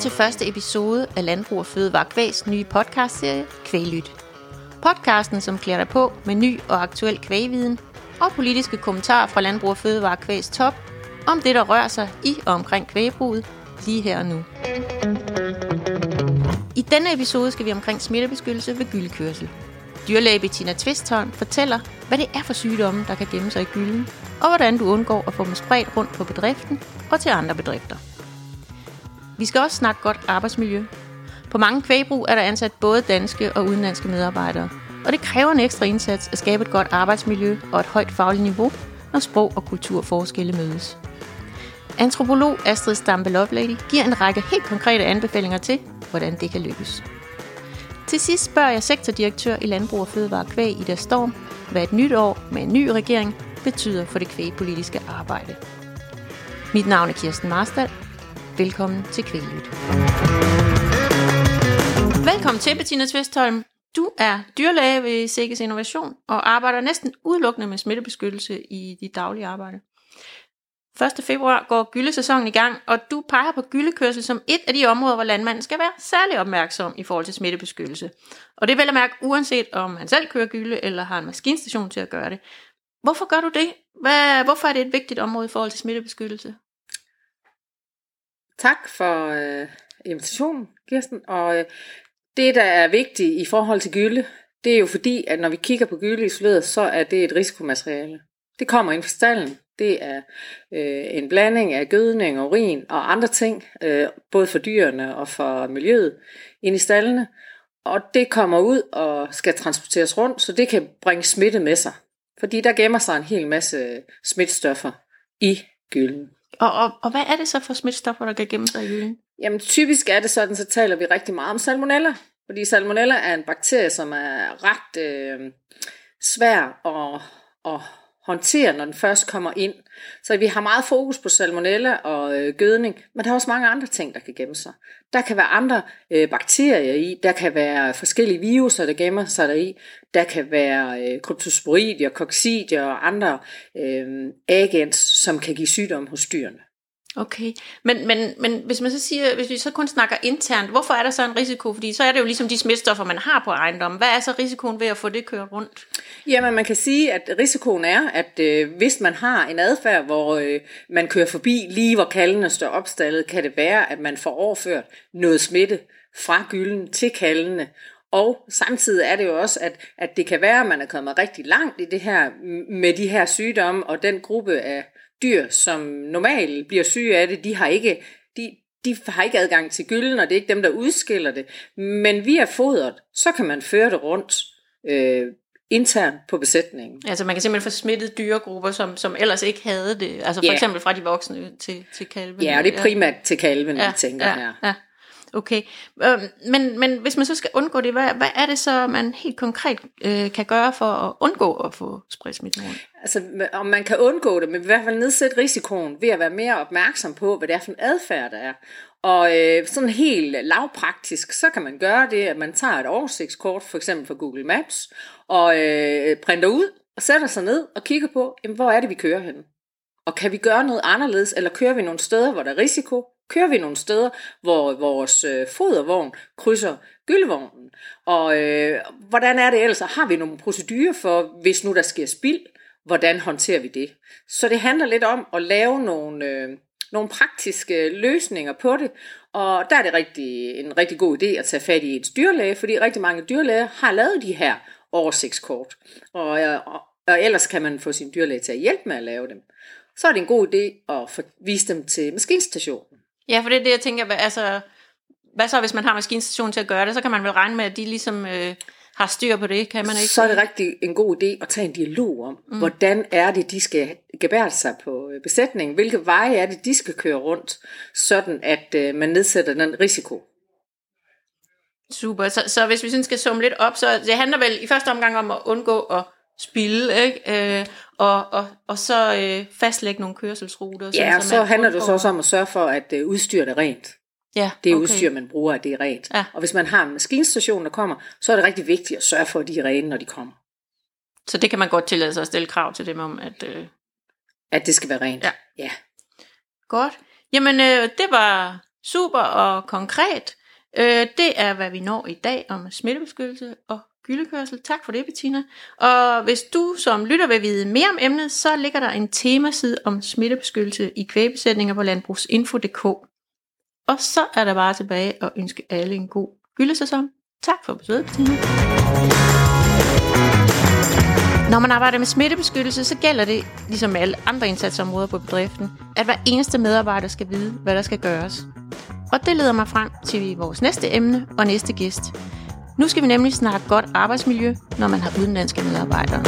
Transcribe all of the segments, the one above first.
til første episode af Landbrug og Fødevare Kvægs nye podcastserie Kvæglyt. Podcasten, som klæder dig på med ny og aktuel kvægviden og politiske kommentarer fra Landbrug og Fødevare Kvægs top om det, der rører sig i og omkring kvægbruget lige her og nu. I denne episode skal vi omkring smittebeskyttelse ved gyllekørsel. Dyrlæge Bettina Tvistholm fortæller, hvad det er for sygdomme, der kan gemme sig i gylden, og hvordan du undgår at få dem spredt rundt på bedriften og til andre bedrifter. Vi skal også snakke godt arbejdsmiljø. På mange kvægbrug er der ansat både danske og udenlandske medarbejdere, og det kræver en ekstra indsats at skabe et godt arbejdsmiljø og et højt fagligt niveau, når sprog og kulturforskelle mødes. Antropolog Astrid Stampe Lovelady giver en række helt konkrete anbefalinger til, hvordan det kan lykkes. Til sidst spørger jeg sektordirektør i Landbrug og Fødevare Kvæg Ida Storm, hvad et nyt år med en ny regering betyder for det kvægpolitiske arbejde. Mit navn er Kirsten Marstal. Velkommen til Kvæglyt. Velkommen til, Bettina Tvistholm. Du er dyrlæge ved Sikkes Innovation og arbejder næsten udelukkende med smittebeskyttelse i dit daglige arbejde. 1. februar går gyllesæsonen i gang, og du peger på gyllekørsel som et af de områder, hvor landmanden skal være særlig opmærksom i forhold til smittebeskyttelse. Og det er vel at mærke, uanset om han selv kører gylde eller har en maskinstation til at gøre det. Hvorfor gør du det? Hvorfor er det et vigtigt område i forhold til smittebeskyttelse? Tak for invitationen, Kirsten. Og det, der er vigtigt i forhold til gylde, det er jo fordi, at når vi kigger på gylde isoleret, så er det et risikomateriale. Det kommer ind fra stalden. Det er en blanding af gødning, urin og andre ting, både for dyrene og for miljøet ind i staldene. Og det kommer ud og skal transporteres rundt, så det kan bringe smitte med sig. Fordi der gemmer sig en hel masse smitstoffer i gylden. Og hvad er det så for smitstoffer, der kan gemme sig i gylden? Jamen typisk er det sådan, så taler vi rigtig meget om salmonella. Fordi salmonella er en bakterie, som er ret svær at håndtere, når den først kommer ind. Så vi har meget fokus på salmonella og gødning, men der er også mange andre ting, der kan gemme sig. Der kan være andre bakterier i, der kan være forskellige viruser, der gemmer sig deri. Der kan være kryptosporidier, coccidier og andre agens, som kan give sygdom hos dyrene. Okay, men hvis man så siger, hvis vi så kun snakker internt, hvorfor er der så en risiko? Fordi så er det jo ligesom de smitstoffer, man har på ejendommen. Hvad er så risikoen ved at få det kørt rundt? Jamen man kan sige, at risikoen er, at hvis man har en adfærd, hvor man kører forbi lige hvor kalvene står opstallet, kan det være, at man får overført noget smitte fra gylden til kalvene. Og samtidig er det jo også, at det kan være, at man er kommet rigtig langt i det her med de her sygdomme, og den gruppe af dyr, som normalt bliver syge af det, de har ikke adgang til gylden, og det er ikke dem, der udskiller det. Men via fodret, så kan man føre det rundt internt på besætningen. Altså man kan simpelthen få smittet dyregrupper, som ellers ikke havde det. Altså for eksempel fra de voksne til kalvene. Ja, og det er primært til kalvene, vi tænker her. Ja. Okay, men hvis man så skal undgå det, hvad er det så, man helt konkret kan gøre for at undgå at få spredt smitten rundt? Altså, om man kan undgå det, men i hvert fald nedsætte risikoen ved at være mere opmærksom på, hvad det er for en adfærd, der er. Og sådan helt lavpraktisk, så kan man gøre det, at man tager et oversigtskort, for eksempel fra Google Maps, og printer ud og sætter sig ned og kigger på, jamen, hvor er det, vi kører henne? Og kan vi gøre noget anderledes, eller kører vi nogle steder, hvor der er risiko? Kører vi nogle steder, hvor vores fodervogn krydser gyldevognen? Og hvordan er det ellers? Har vi nogle procedurer for, hvis nu der sker spild? Hvordan håndterer vi det? Så det handler lidt om at lave nogle praktiske løsninger på det. Og der er det en rigtig god idé at tage fat i et dyrlæge, fordi rigtig mange dyrlæger har lavet de her oversigtskort. Og ellers kan man få sin dyrlæge til at hjælpe med at lave dem. Så er det en god idé at vise dem til maskinstationen. Ja, for det er det, jeg tænker, altså, hvad så hvis man har maskinstationen til at gøre det, så kan man vel regne med, at de ligesom har styr på det, kan man ikke? Så er det rigtig en god idé at tage en dialog om, hvordan er det, de skal gebærde sig på besætningen, hvilke veje er det, de skal køre rundt, sådan at man nedsætter den risiko. Super, så hvis vi sådan skal summe lidt op, så det handler vel i første omgang om at undgå at spilde, ikke? Og så fastlægge nogle kørselsruter. Ja, og så handler det så også om at sørge for, at udstyret er rent. Ja, det udstyr, man bruger, at det er rent. Ja. Og hvis man har en maskinstation, der kommer, så er det rigtig vigtigt at sørge for, at de er rene, når de kommer. Så det kan man godt tillade sig at stille krav til dem om, at det skal være rent. Ja. Godt. Jamen, det var Super og konkret. Det er, hvad vi når i dag om smittebeskyttelse og gyllekørsel. Tak for det, Bettina. Og hvis du som lytter vil vide mere om emnet, så ligger der en temaside om smittebeskyttelse i kvægbesætninger på landbrugsinfo.dk. Og så er der bare tilbage at ønske alle en god gyllesæson. Tak for besøget, Bettina. Når man arbejder med smittebeskyttelse, så gælder det, ligesom med alle andre indsatsområder på bedriften, at hver eneste medarbejder skal vide, hvad der skal gøres. Og det leder mig frem til vores næste emne og næste gæst. Nu skal vi nemlig snakke godt arbejdsmiljø, når man har udenlandske medarbejdere.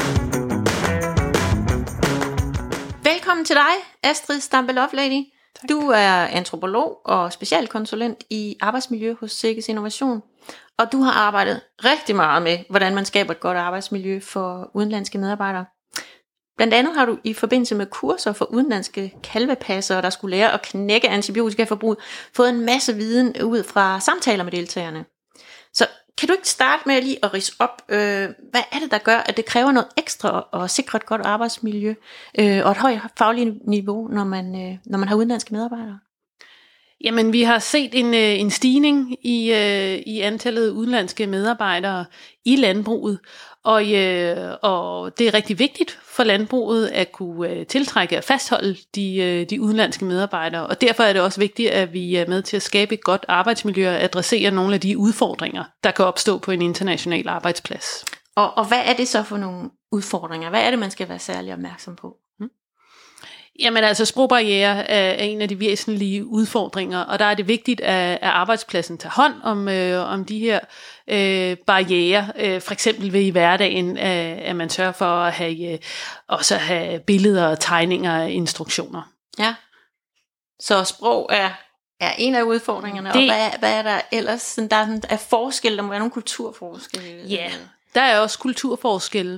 Velkommen til dig, Astrid Stampe-Lovelady. Du er antropolog og specialkonsulent i arbejdsmiljø hos Sikkes Innovation. Og du har arbejdet rigtig meget med, hvordan man skaber et godt arbejdsmiljø for udenlandske medarbejdere. Blandt andet har du i forbindelse med kurser for udenlandske kalvepassere, der skulle lære at knække antibiotikaforbruget, fået en masse viden ud fra samtaler med deltagerne. Så kan du ikke starte med lige at ridse op, hvad er det, der gør, at det kræver noget ekstra at sikre et godt arbejdsmiljø og et højt fagligt niveau, når man har udenlandske medarbejdere? Jamen, vi har set en stigning i antallet af udenlandske medarbejdere i landbruget, og det er rigtig vigtigt for landbruget at kunne tiltrække og fastholde de udenlandske medarbejdere, og derfor er det også vigtigt, at vi er med til at skabe et godt arbejdsmiljø og adressere nogle af de udfordringer, der kan opstå på en international arbejdsplads. Og hvad er det så for nogle udfordringer? Hvad er det, man skal være særlig opmærksom på? Jamen altså, sprogbarriere er en af de væsentlige udfordringer, og der er det vigtigt, at arbejdspladsen tager hånd om de her barrierer. For eksempel ved i hverdagen, at man sørger for at også have billeder og tegninger og instruktioner. Ja, så sprog er en af udfordringerne, og hvad er der ellers? Der er forskel, der må være nogle kulturforskelle. Ja, der er også kulturforskelle.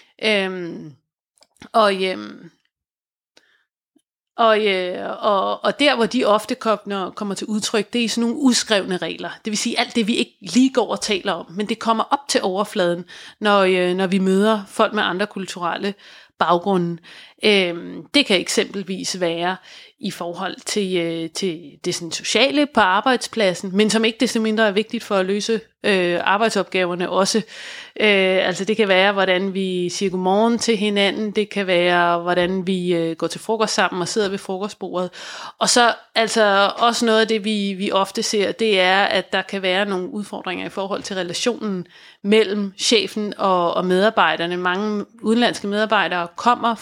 Og der, hvor de ofte kommer til udtryk, det er i sådan nogle uskrevne regler. Det vil sige alt det, vi ikke lige går og taler om, men det kommer op til overfladen, når vi møder folk med andre kulturelle baggrunde. Det kan eksempelvis være i forhold til det sådan sociale på arbejdspladsen, men som ikke desto mindre er vigtigt for at løse arbejdsopgaverne også. Altså det kan være, hvordan vi siger godmorgen til hinanden, det kan være, hvordan vi går til frokost sammen og sidder ved frokostbordet. Og så altså også noget af det, vi ofte ser, det er, at der kan være nogle udfordringer i forhold til relationen mellem chefen og medarbejderne. Mange udenlandske medarbejdere kommer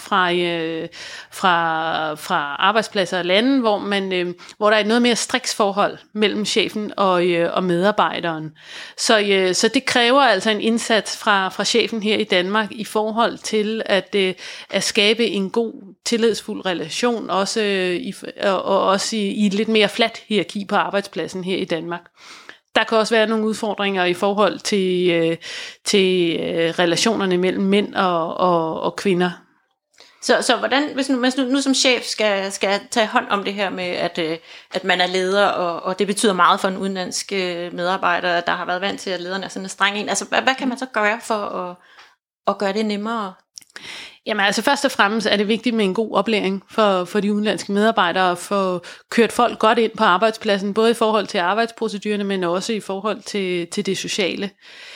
fra arbejdspladser og lande, hvor der er noget mere striksforhold mellem chefen og medarbejderen. Så det kræver altså en indsats fra chefen her i Danmark i forhold til at skabe en god, tillidsfuld relation, også i et lidt mere fladt hierarki på arbejdspladsen her i Danmark. Der kan også være nogle udfordringer i forhold til relationerne mellem mænd og kvinder. Så hvordan, hvis nu som chef skal tage hånd om det her med, at man er leder, og det betyder meget for en udenlandsk medarbejder, der har været vant til, at lederen er sådan en streng en. Altså, hvad kan man så gøre for at gøre det nemmere? Jamen altså først og fremmest er det vigtigt med en god oplæring for de udenlandske medarbejdere, at få kørt folk godt ind på arbejdspladsen, både i forhold til arbejdsprocedurerne, men også i forhold til det sociale.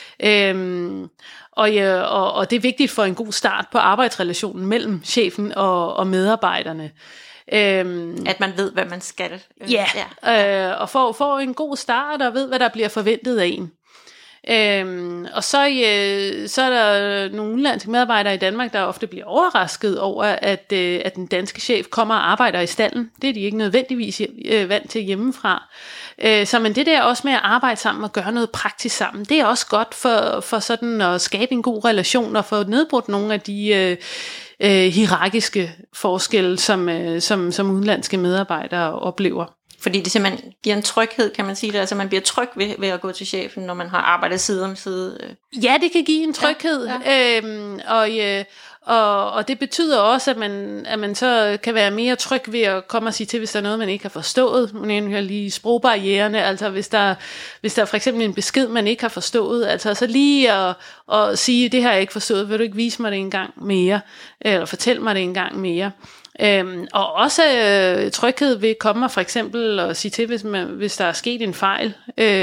Og det er vigtigt for en god start på arbejdsrelationen mellem chefen og medarbejderne. At man ved, hvad man skal. Og får en god start og ved, hvad der bliver forventet af en. Og så er der nogle udenlandske medarbejdere i Danmark, der ofte bliver overrasket over, at den danske chef kommer og arbejder i stalden. Det er de ikke nødvendigvis vant til hjemmefra. Men det der også med at arbejde sammen og gøre noget praktisk sammen, det er også godt for sådan at skabe en god relation og få nedbrudt nogle af de hierarkiske forskelle, som udenlandske medarbejdere oplever. Fordi det simpelthen giver en tryghed, kan man sige det. Altså man bliver tryg ved at gå til chefen, når man har arbejdet side om side. Ja, det kan give en tryghed. Ja. Og det betyder også, at man så kan være mere tryg ved at komme og sige til, hvis der er noget, man ikke har forstået. Nu nævner jeg lige sprogbarriererne. Altså hvis der er for eksempel en besked, man ikke har forstået. Altså så lige at sige, det har jeg ikke forstået. Vil du ikke vise mig det en gang mere? Eller fortæl mig det en gang mere? Og også tryghed vil komme for eksempel og sige til, hvis der er sket en fejl.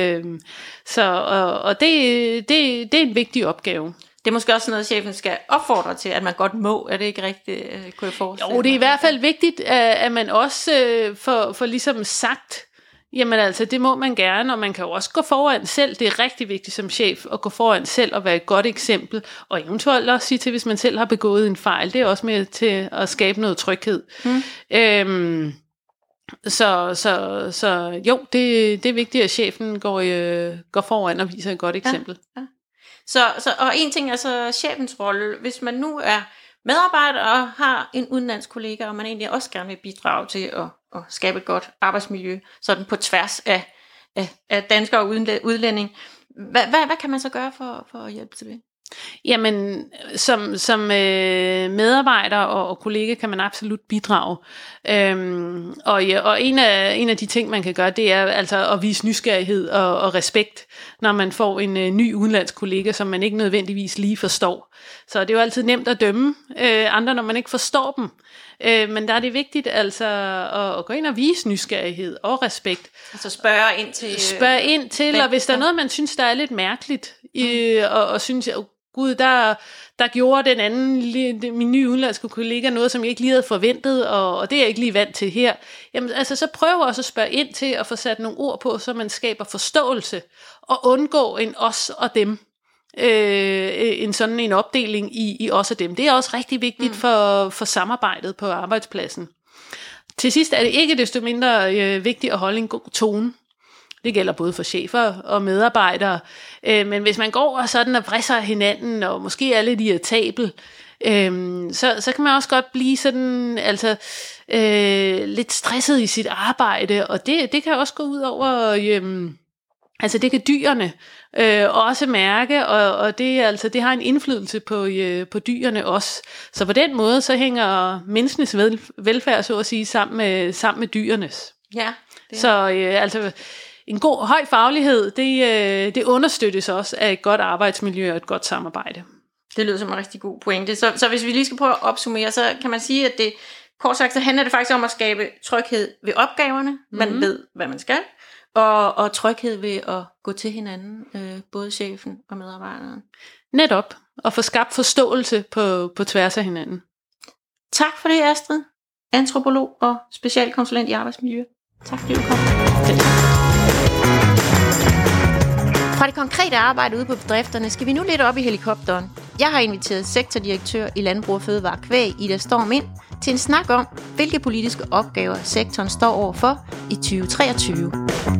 Og det er en vigtig opgave. Det er måske også noget, chefen skal opfordre til, at man godt må. Er det ikke rigtigt, kunne jeg forestille mig? Jo, det er i hvert fald vigtigt, at man også får ligesom sagt, jamen altså, det må man gerne, og man kan jo også gå foran selv. Det er rigtig vigtigt som chef at gå foran selv og være et godt eksempel, og eventuelt også sige til, hvis man selv har begået en fejl. Det er også med til at skabe noget tryghed. Så jo, det er vigtigt, at chefen går foran og viser et godt eksempel. Ja. Og en ting er så chefens rolle. Hvis man nu er medarbejder og har en udenlandsk kollega, og man egentlig også gerne vil bidrage til at skabe et godt arbejdsmiljø, sådan på tværs af danskere og udlænding. Hvad kan man så gøre for at hjælpe til det? Jamen, som medarbejder og kollega kan man absolut bidrage. Og en af de ting, man kan gøre, det er altså at vise nysgerrighed og respekt, når man får en ny udenlandsk kollega, som man ikke nødvendigvis lige forstår. Så det er jo altid nemt at dømme andre, når man ikke forstår dem. Men der er det vigtigt altså at gå ind og vise nysgerrighed og respekt. Altså spørge ind til, og hvis der er noget, man synes, der er lidt mærkeligt, og synes, gud, der gjorde den anden, min nye udenlandske kollega, noget, som jeg ikke lige havde forventet, og det er jeg ikke lige vant til her. Jamen, altså, så prøv også at spørge ind til at få sat nogle ord på, så man skaber forståelse, og undgå en os og dem. En sådan en opdeling i os og dem. Det er også rigtig vigtigt for samarbejdet på arbejdspladsen. Til sidst er det ikke desto mindre vigtigt at holde en god tone. Det gælder både for chefer og medarbejdere. Men hvis man går og sådan og vrisser hinanden, og måske er lidt irritabel, så kan man også godt blive sådan, altså, lidt stresset i sit arbejde, og det kan også gå ud over, altså det kan dyrene også mærke, og det har en indflydelse på dyrene også. Så på den måde, så hænger menneskenes velfærd, så at sige, sammen med dyrenes. Ja. Så altså en god, høj faglighed, det understøttes også af et godt arbejdsmiljø og et godt samarbejde. Det lyder som en rigtig god pointe. Så hvis vi lige skal prøve at opsummere, så kan man sige, at det kort sagt, så handler det faktisk om at skabe tryghed ved opgaverne. Man ved, hvad man skal. Og tryghed ved at gå til hinanden, både chefen og medarbejderen. Netop. Og få skabt forståelse på tværs af hinanden. Tak for det, Astrid. Antropolog og specialkonsulent i arbejdsmiljø. Tak fordi du kom. Fra det konkrete arbejde ude på bedrifterne skal vi nu lidt op i helikopteren. Jeg har inviteret sektordirektør i Landbrug og Fødevare Kvæg, Ida Storm, ind til en snak om, hvilke politiske opgaver sektoren står overfor i 2023.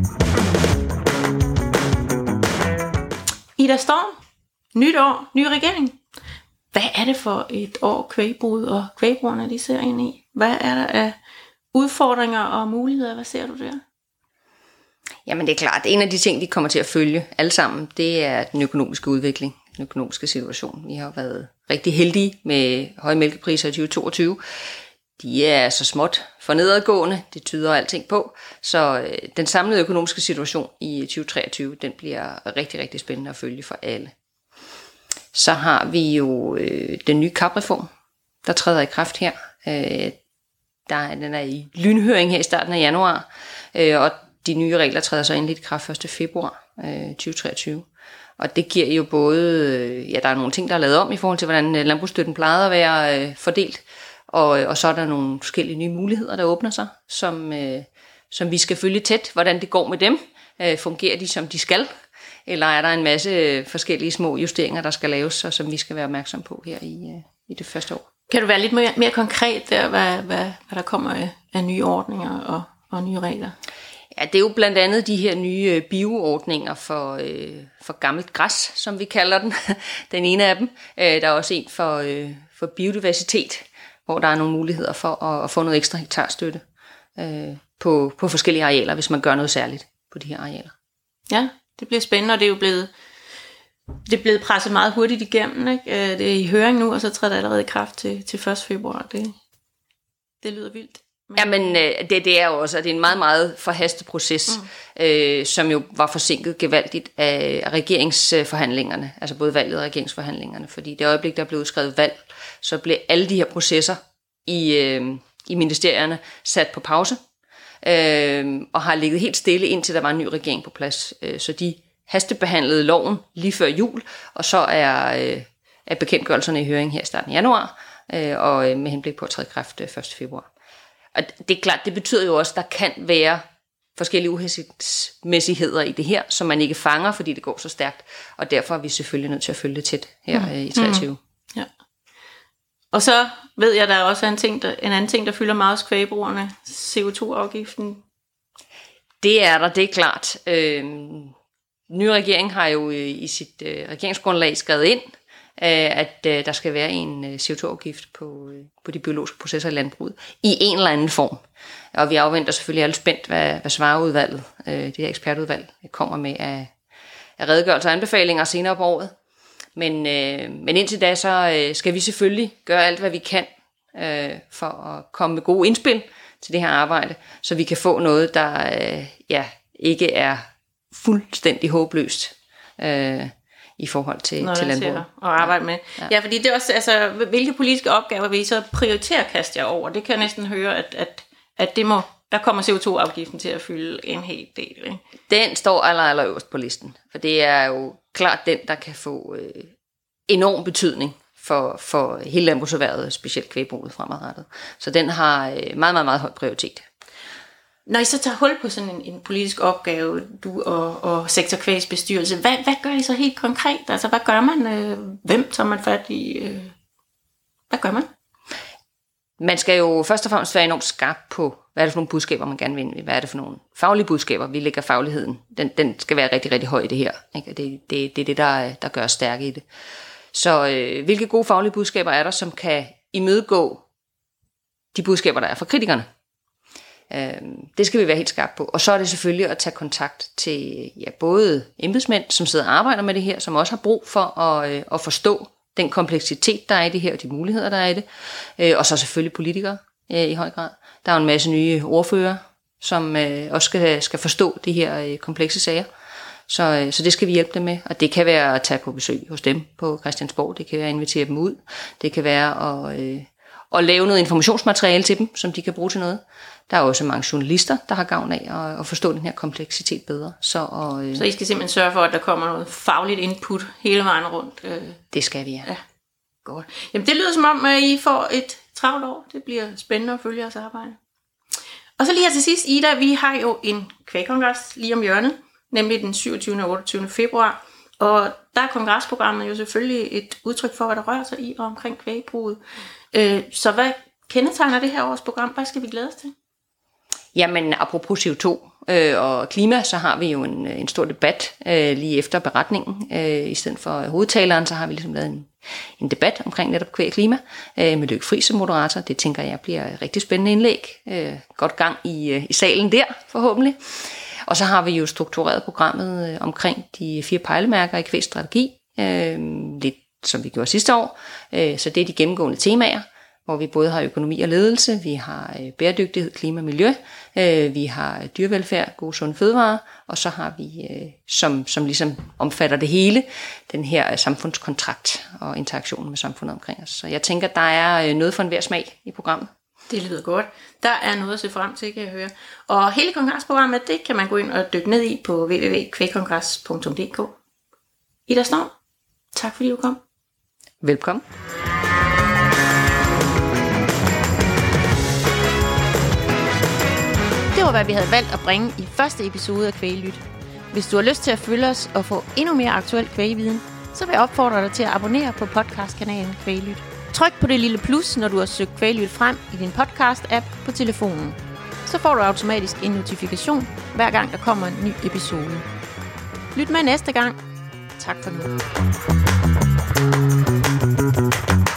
Ida Storm, nyt år, ny regering. Hvad er det for et år kvægbruget og kvægbrugerne de ser ind i? Hvad er der af udfordringer og muligheder? Hvad ser du der? Jamen det er klart, en af de ting, de kommer til at følge alle sammen, det er den økonomiske udvikling, den økonomiske situation. Vi har været rigtig heldige med høje mælkepriser i 2022. De er så småt for nedadgående, det tyder alting på. Så den samlede økonomiske situation i 2023, den bliver rigtig, rigtig spændende at følge for alle. Så har vi jo den nye CAP-reform, der træder i kraft her. Den er i lynhøring her i starten af januar, og de nye regler træder så endelig i kraft 1. februar 2023. Og det giver jo både, der er nogle ting, der er lavet om i forhold til, hvordan landbrugsstøtten plejede at være fordelt, og så er der nogle forskellige nye muligheder, der åbner sig, som vi skal følge tæt, hvordan det går med dem. Fungerer de, som de skal? Eller er der en masse forskellige små justeringer, der skal laves, og som vi skal være opmærksom på her i det første år? Kan du være lidt mere konkret der, hvad der kommer af nye ordninger og nye regler? Ja, det er jo blandt andet de her nye bioordninger for gammelt græs, som vi kalder den. Den ene af dem. Der er også en for biodiversitet, hvor der er nogle muligheder for at få noget ekstra hektarstøtte på forskellige arealer, hvis man gør noget særligt på de her arealer. Ja, det bliver spændende, og det er jo blevet presset meget hurtigt igennem. Ikke? Det er i høring nu, og så træder det allerede i kraft til 1. februar. Det lyder vildt. Jamen, det er jo også, at det er en meget, meget forhastet proces, som jo var forsinket gevaldigt af regeringsforhandlingerne, altså både valget og regeringsforhandlingerne, fordi det øjeblik, der blev udskrevet valg, så blev alle de her processer i i ministerierne sat på pause, og har ligget helt stille, indtil der var en ny regering på plads. Så de hastebehandlede loven lige før jul, og så er bekendtgørelserne i høring her i starten af januar, og med henblik på at træde i kraft 1. februar. Og det er klart, det betyder jo også, at der kan være forskellige uhensigtsmæssigheder i det her, som man ikke fanger, fordi det går så stærkt, og derfor er vi selvfølgelig nødt til at følge det tæt her i 23. Ja. Og så ved jeg, der er også en anden ting, der fylder meget hos kvægbrugerne, CO2-afgiften. Det er der, det er klart. Nye regering har jo i sit regeringsgrundlag skrevet ind, at der skal være en CO2-afgift på de biologiske processer i landbruget i en eller anden form. Og vi afventer selvfølgelig alle spændt, hvad Svarerudvalget, det her ekspertudvalg, kommer med af redegørelser og anbefalinger senere på året. Men indtil da, så skal vi selvfølgelig gøre alt, hvad vi kan for at komme med gode indspil til det her arbejde, så vi kan få noget, der ikke er fuldstændig håbløst i forhold til landbruget. Og arbejde med. Ja, fordi det er også, altså, hvilke politiske opgaver vil I så prioritere kaste jer over? Det kan jeg næsten høre, at der kommer CO2-afgiften til at fylde en hel del. Ikke? Den står allerøverst på listen, for det er jo klart den, der kan få enorm betydning for hele landbrugserhvervet, specielt kvægbruget fremadrettet. Så den har meget, meget, meget høj prioritet. Når I så tager hul på sådan en politisk opgave, du og sektorkvægs bestyrelse, hvad gør I så helt konkret? Altså, hvad gør man? Hvem tager man fat i? Hvad gør man? Man skal jo først og fremmest være enormt skarp på, hvad er det for nogle budskaber, man gerne vil ind i? Hvad er det for nogle faglige budskaber? Vi lægger fagligheden. Den skal være rigtig, rigtig høj i det her. Ikke? Det er det, der gør os stærke i det. Så hvilke gode faglige budskaber er der, som kan imødegå de budskaber, der er fra kritikerne? Det skal vi være helt skarpe på. Og så er det selvfølgelig at tage kontakt til både embedsmænd, som sidder og arbejder med det her, som også har brug for at forstå den kompleksitet, der er i det her, og de muligheder, der er i det. Og så selvfølgelig politikere i høj grad. Der er en masse nye ordfører, som også skal forstå de her komplekse sager. Så det skal vi hjælpe dem med, og det kan være at tage på besøg hos dem på Christiansborg, det kan være at invitere dem ud, det kan være at lave noget informationsmateriale til dem, som de kan bruge til noget. Der er også mange journalister, der har gavn af at forstå den her kompleksitet bedre. Så I skal simpelthen sørge for, at der kommer noget fagligt input hele vejen rundt? Det skal vi, ja. Godt. Jamen det lyder som om, at I får et travlt år. Det bliver spændende at følge jeres arbejde. Og så lige her til sidst, Ida, vi har jo en kvægkongres lige om hjørnet, nemlig den 27. og 28. februar. Og der er kongresprogrammet jo selvfølgelig et udtryk for, hvad der rører sig i og omkring kvægbruget. Så hvad kendetegner det her års program? Hvad skal vi glæde os til? Jamen, apropos CO2 og klima, så har vi jo en stor debat lige efter beretningen. I stedet for hovedtaleren, så har vi ligesom lavet en debat omkring netop kvæg og klima med Lykke Friis som moderator. Det tænker jeg bliver et rigtig spændende indlæg. Godt gang i salen der, forhåbentlig. Og så har vi jo struktureret programmet omkring de 4 pejlemærker i kvægstrategi, lidt som vi gjorde sidste år. Så det er de gennemgående temaer, hvor vi både har økonomi og ledelse, vi har bæredygtighed, klima og miljø, vi har dyrevelfærd, gode sunde fødevarer, og så har vi, som ligesom omfatter det hele, den her samfundskontrakt og interaktionen med samfundet omkring os. Så jeg tænker, der er noget for enhver smag i programmet. Det lyder godt. Der er noget at se frem til, kan jeg høre. Og hele kongresprogrammet, det kan man gå ind og dykke ned i på www.kvægkongres.dk. Ida Storm, tak fordi du kom. Velkommen. Det var, hvad vi havde valgt at bringe i første episode af Kvæglyt. Hvis du har lyst til at følge os og få endnu mere aktuel kvægviden, så vil jeg opfordre dig til at abonnere på podcastkanalen Kvæglyt. Tryk på det lille plus, når du har søgt Kvæglyt frem i din podcast-app på telefonen. Så får du automatisk en notifikation, hver gang der kommer en ny episode. Lyt med næste gang. Tak for nu.